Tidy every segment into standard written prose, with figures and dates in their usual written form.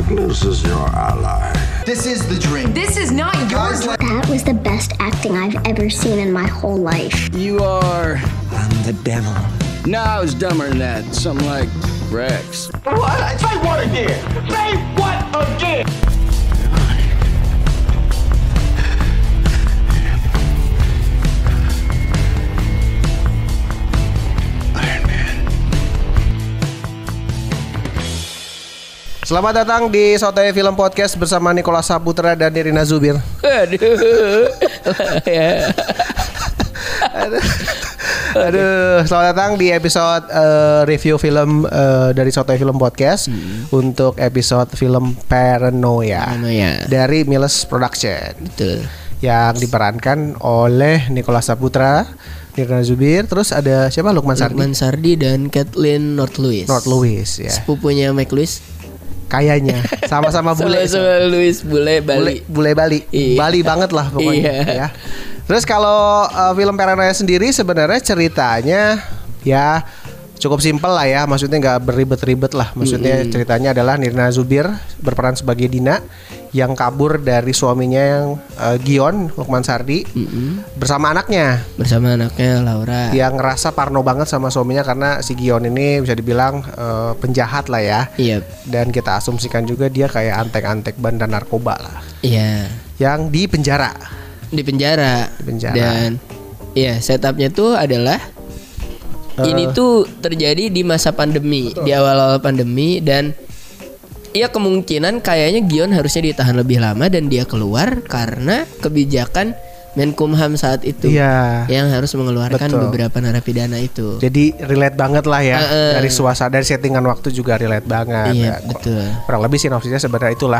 Darkness is your ally. This is the dream. This is not your dream. That was the best acting I've ever seen in my whole life. You are... I'm the devil. No, I was dumber than that. Something like Rex. What? Say what again? Say what again? Selamat datang di Sotoy Film Podcast bersama Nicholas Saputra dan Nirina Zubir. Aduh, selamat datang di episode review film dari Sotoy Film Podcast untuk episode film Paranoia dari Miles Production. Betul. Yang diperankan oleh Nicholas Saputra, Nirina Zubir, terus ada siapa? Lukman Sardi dan Kathleen North Lewis ya. Sepupunya Mike Lewis. Kayaknya sama-sama bule. Sama Lewis bule Bali. Bule Bali. Iya. Bali banget lah pokoknya ya. Terus kalau film Paranoia sendiri sebenarnya ceritanya ya cukup simpel lah ya. Maksudnya nggak beribet-ribet lah. Maksudnya ceritanya adalah Nirina Zubir berperan sebagai Dina yang kabur dari suaminya yang Gion, Lukman Sardi, bersama anaknya Laura, yang ngerasa parno banget sama suaminya karena si Gion ini bisa dibilang penjahat lah ya. Dan kita asumsikan juga dia kayak antek-antek bandar narkoba lah. Yang di penjara. Dan ya setupnya tuh adalah ini tuh terjadi di masa pandemi. Betul. Di awal-awal pandemi. Dan ya kemungkinan kayaknya Gion harusnya ditahan lebih lama dan dia keluar karena kebijakan Menkumham saat itu yang harus mengeluarkan beberapa narapidana itu. Jadi relate banget lah ya dari suasana, dari settingan waktu juga relate banget. Iya, betul. Kurang lebih sinopsisnya sebenarnya itulah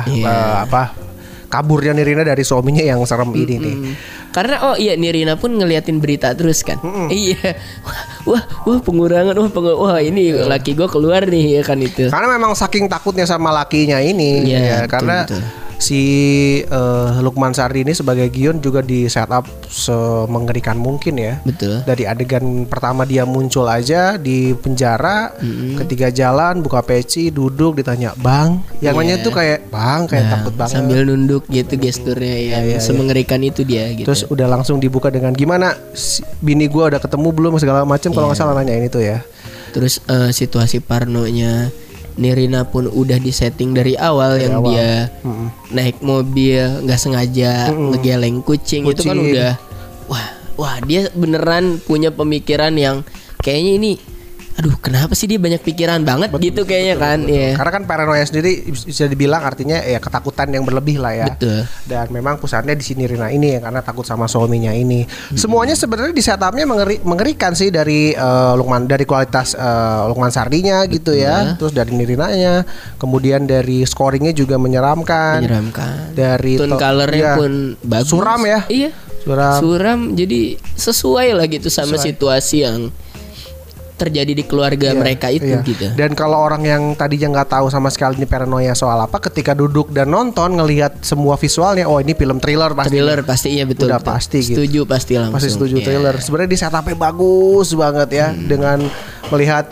kaburnya Nirina dari suaminya yang serem ini nih. Karena Nirina pun ngeliatin berita terus kan. Iya. Wah pengurangan. Wah ini laki gue keluar nih ya kan itu. Karena memang saking takutnya sama lakinya ini ya, karena si Lukman Sardi ini sebagai Gion juga di setup semengerikan mungkin ya. Betul. Dari adegan pertama dia muncul aja di penjara, ketika jalan buka peci, duduk ditanya bang, yang namanya tuh kayak bang, kayak takut banget. Sambil nunduk gitu gesturnya ya, semengerikan itu dia gitu. Terus udah langsung dibuka dengan gimana bini gue udah ketemu belum segala macam kalau nggak salah nanyain itu ya. Terus situasi parnonya Nirina pun udah disetting dari awal yang dia naik mobil nggak sengaja ngegeleng kucing itu kan udah wah dia beneran punya pemikiran yang kayaknya ini aduh kenapa sih dia banyak pikiran banget gitu kayaknya kan. Iya. Karena kan paranoia sendiri bisa dibilang artinya ya ketakutan yang berlebih lah ya. Betul. Dan memang pusatnya di sini Nirina ini ya karena takut sama suaminya ini. Semuanya sebenarnya di setupnya mengerikan sih dari dari kualitas Lukman Sardinya gitu ya. Terus dari Nirinanya, kemudian dari scoringnya juga menyeramkan. Dari tone colornya pun bagus. Suram ya. Iya. Suram jadi sesuai lah gitu sama situasi yang terjadi di keluarga mereka itu gitu. Dan kalau orang yang tadinya nggak tahu sama sekali ini paranoia soal apa, ketika duduk dan nonton ngelihat semua visualnya, oh ini film thriller pasti. Thriller pasti iya betul. Udah betul. Pasti setuju gitu. Pasti langsung. Pasti setuju thriller. Sebenarnya di setupnya bagus banget ya dengan melihat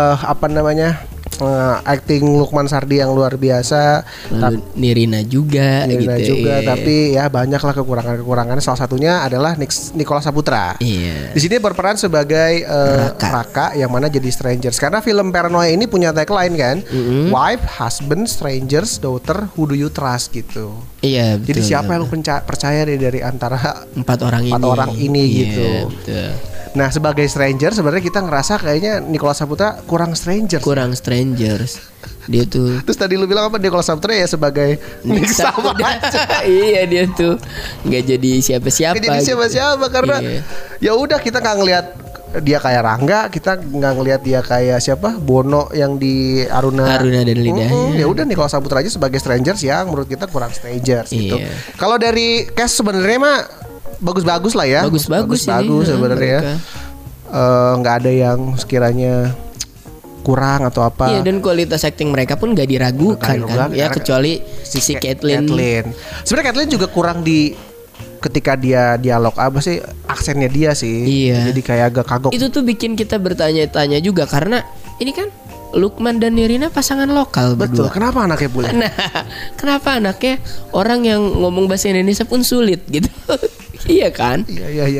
acting Lukman Sardi yang luar biasa. Lalu Nirina juga tapi ya banyaklah kekurangannya. Salah satunya adalah Nicholas Saputra. Di sini berperan sebagai Raka yang mana jadi strangers. Karena film Paranoia ini punya tagline kan, wife, husband, strangers, daughter, who do you trust gitu. Iya. Betul, jadi siapa yang lu percaya dari antara empat orang ini gitu. Betul. Nah sebagai stranger sebenarnya kita ngerasa kayaknya Nicholas Saputra kurang strangers. Dia tuh. Terus tadi lu bilang apa Nicholas Saputra ya sebagai sama aja. Iya dia tuh nggak jadi siapa-siapa. Karena ya udah kita nggak ngelihat dia kayak Rangga, kita nggak ngelihat dia kayak siapa Bono yang di Aruna dan Lidahnya. Ya udah Nicholas Saputra aja sebagai strangers yang menurut kita kurang strangers gitu. Kalau dari cast sebenarnya mah bagus-bagus lah ya. Bagus sebenarnya. Nggak ada yang sekiranya kurang atau apa. Iya, dan kualitas acting mereka pun gak diragukan kan. Ya kecuali si Kathleen. Sebenarnya Kathleen juga kurang di ketika dia dialog apa sih aksennya dia sih. Iya. Jadi kayak agak kagok. Itu tuh bikin kita bertanya-tanya juga karena ini kan Lukman dan Nirina pasangan lokal Betul. berdua. Kenapa anaknya bule? Nah, kenapa anaknya orang yang ngomong bahasa Indonesia pun sulit gitu? Iya kan? Iya.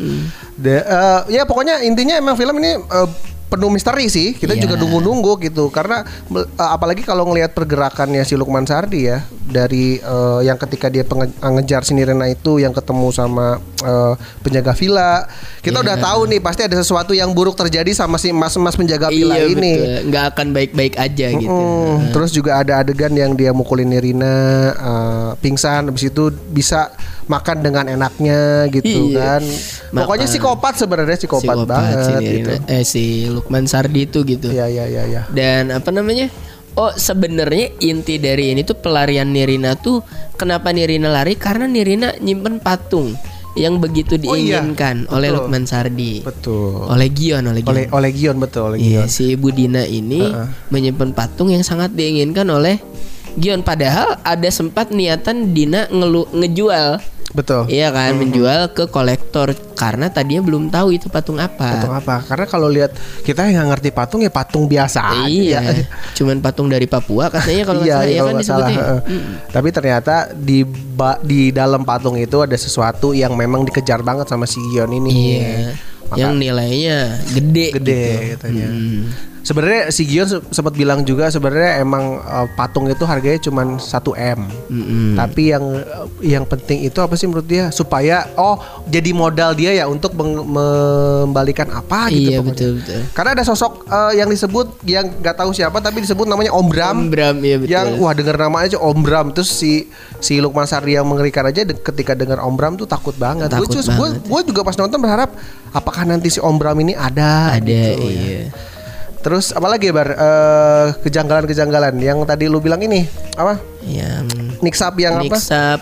Ya pokoknya intinya emang film ini penuh misteri sih. Kita juga nunggu-nunggu gitu. Karena apalagi kalau ngelihat pergerakannya si Lukman Sardi ya, dari yang ketika dia ngejar si Nirina itu, yang ketemu sama penjaga villa, kita udah tahu nih pasti ada sesuatu yang buruk terjadi sama si mas-mas penjaga villa ini. Betul. Nggak akan baik-baik aja gitu. Terus juga ada adegan yang dia mukulin Nirina, pingsan, habis itu bisa makan dengan enaknya gitu kan. Pokoknya psikopat sebenarnya, psikopat banget si gitu. Si Lukman Sardi itu gitu. Iya. Dan apa namanya? Oh, sebenarnya inti dari ini tuh pelarian Nirina tuh, kenapa Nirina lari? Karena Nirina nyimpen patung yang begitu diinginkan oleh Lukman Sardi. Betul. Oleh Gion. Oleh Gion, betul. Iya, si Ibu Dina ini menyimpan patung yang sangat diinginkan oleh Gion. Padahal ada sempat niatan Dina ngejual. Betul. Iya kan, menjual ke kolektor karena tadinya belum tahu itu patung apa. Karena kalau lihat kita yang nggak ngerti patung ya patung biasa Iya. aja. Cuman patung dari Papua katanya kalau nggak salah, ya kan disebutnya. Tapi ternyata di dalam patung itu ada sesuatu yang memang dikejar banget sama si Gion ini. Iya. Yang nilainya gede gitu. Katanya. Sebenarnya si Gion sempat bilang juga sebenarnya emang patung itu harganya cuma 1M. Tapi yang penting itu apa sih menurut dia? Supaya jadi modal dia ya untuk membalikan apa gitu. Iya, pokoknya. betul. Karena ada sosok yang disebut yang nggak tahu siapa tapi disebut namanya Om Bram. Om Bram, iya betul. Yang dengar namanya aja Om Bram, terus si Lukman Sardi yang mengerikan aja ketika dengar Om Bram tuh takut banget. Gue juga pas nonton berharap apakah nanti si Om Bram ini ada gitu, iya. Terus apalagi ya Bar, kejanggalan-kejanggalan yang tadi lu bilang ini apa? Yang Niksap yang apa? Niksap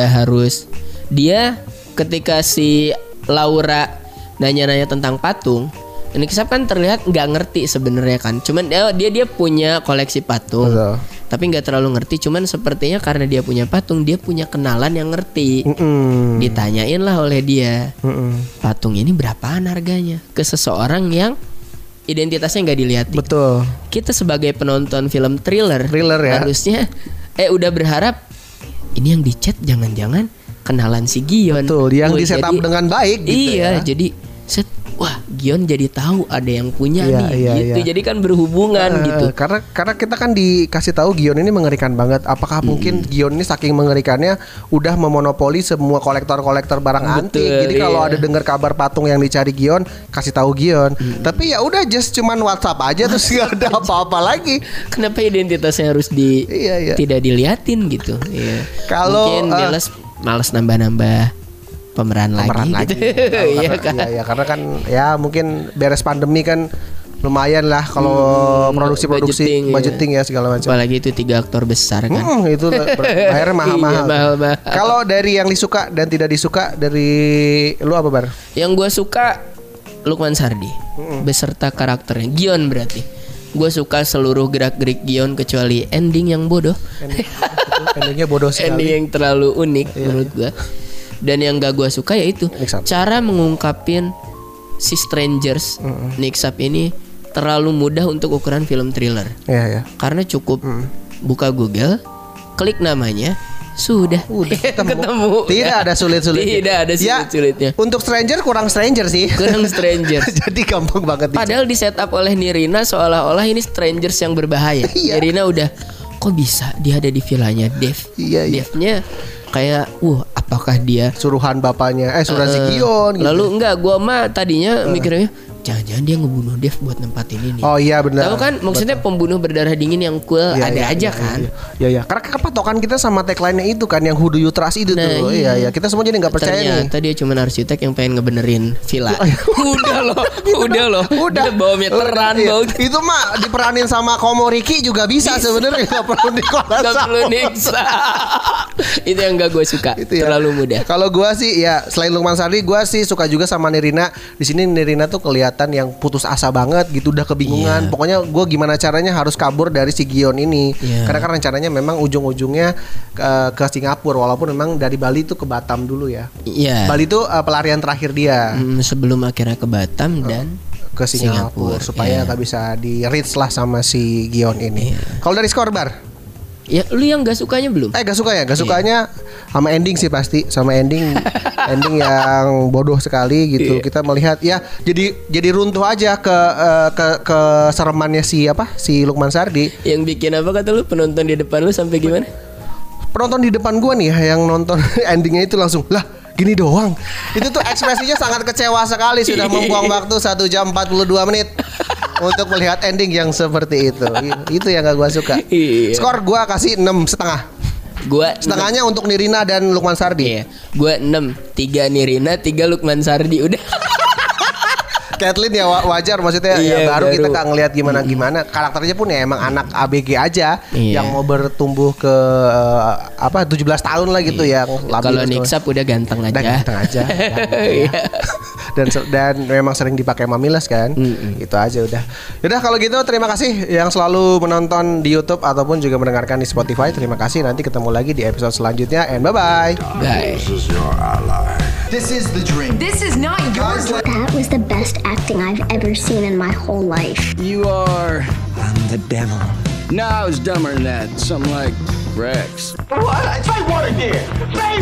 dia ketika si Laura nanya-nanya tentang patung, Niksap kan terlihat nggak ngerti sebenarnya kan. Cuman dia punya koleksi patung. Betul. Tapi nggak terlalu ngerti. Cuman sepertinya karena dia punya patung, dia punya kenalan yang ngerti. Ditanyain lah oleh dia, patung ini berapaan harganya ke seseorang yang identitasnya nggak dilihat. Betul. Kita sebagai penonton film thriller ya. harusnya udah berharap ini yang dicat jangan-jangan kenalan si Gion. Betul, yang di setup dengan baik gitu. Iya, jadi wah, Gion jadi tahu ada yang punya Iya. Jadi kan berhubungan gitu. Karena kita kan dikasih tahu Gion ini mengerikan banget. Apakah mungkin Gion ini saking mengerikannya udah memonopoli semua kolektor-kolektor barang antik. Jadi kalau ada dengar kabar patung yang dicari Gion, kasih tahu Gion. Tapi ya udah just cuman WhatsApp aja terus nggak ada apa-apa lagi. Kenapa identitasnya harus tidak diliatin gitu? Iya. Kalau mungkin males nambah-nambah pemeran lagi. Iya kan? Iya, karena kan ya mungkin beres pandemi kan lumayan lah kalau budgeting ya segala macam. Apalagi itu 3 aktor besar kan. Itu bayarnya mahal-mahal. Mahal. Kalau dari yang disuka dan tidak disuka dari lu apa Bar? Yang gue suka Lukman Sardi beserta karakternya Gion berarti. Gue suka seluruh gerak-gerik Gion kecuali ending yang bodoh. Endingnya bodoh sekali. Ending yang terlalu unik menurut gue. Dan yang gak gue suka yaitu cara mengungkapin si Strangers Niksap ini terlalu mudah untuk ukuran film thriller. Iya. Karena cukup buka Google, klik namanya, sudah ketemu. Tidak ada sulit-sulitnya. Tidak ada sulit-sulitnya. Untuk Stranger kurang Stranger sih. Jadi gampang banget. Padahal di setup oleh Nirina seolah-olah ini Strangers yang berbahaya. Nirina udah kok bisa dia ada di villanya Dev. Devnya kayak apakah dia suruhan bapaknya suruhan si Gion gitu. Lalu enggak, gua mah tadinya mikirnya jangan-jangan dia ngebunuh Dev buat nempatin ini. Oh iya benar. Tahu kan maksudnya pembunuh berdarah dingin yang cool aja kan. Iya. Karena kepatokan kita sama tagline-nya itu kan yang Who Do You Trust itu tuh. Iya. Kita semua jadi enggak percaya nih. Ternyata dia cuma arsitek yang pengen ngebenerin villa. Udah loh. Dia bawa meteran bawa. Itu mah diperanin sama Komoriki juga bisa sebenarnya, enggak perlu diniksa. Itu yang gak gue suka. Terlalu mudah. Kalau gue sih ya selain Lukman Sardi, gue sih suka juga sama Nirina. Di sini Nirina tuh kelihatan yang putus asa banget gitu, udah kebingungan. Pokoknya gue gimana caranya harus kabur dari si Gion ini. Karena kan rencananya memang ujung-ujungnya ke Singapura, walaupun memang dari Bali tuh ke Batam dulu ya. Iya. Bali tuh pelarian terakhir dia. Sebelum akhirnya ke Batam dan ke Singapura supaya nggak bisa di reach lah sama si Gion ini. Kalau dari skor Bar? Ya lu yang gak sukanya belum? Gak sukanya sama ending sih pasti, sama ending yang bodoh sekali gitu. Kita melihat ya jadi runtuh aja ke seremannya si Lukman Sardi. Yang bikin apa kata lu, penonton di depan lu sampai gimana? Penonton di depan gua nih yang nonton endingnya itu langsung lah gini doang. Itu tuh ekspresinya sangat kecewa sekali, sudah membuang waktu 1 jam 42 menit untuk melihat ending yang seperti itu. Itu yang gak gua suka. Skor gua kasih 6,5. Gua setengahnya untuk Nirina dan Lukman Sardi. Gua 6, 3 Nirina, 3 Lukman Sardi udah. Kathleen ya wajar, maksudnya ya baru kita nggak ngelihat gimana karakternya pun ya emang anak ABG aja yang mau bertumbuh ke 17 tahun lah gitu yang kalau Niksap udah ganteng aja. Dan memang sering dipakai Mamiles kan. Itu aja udah kalau gitu terima kasih yang selalu menonton di YouTube ataupun juga mendengarkan di Spotify. Terima kasih, nanti ketemu lagi di episode selanjutnya, and bye. This is your ally. This is the dream. This is not your dream. That was the best acting I've ever seen in my whole life. You are. I'm the devil. No, it's dumber than that. Something like Rex. What? Say what again? Say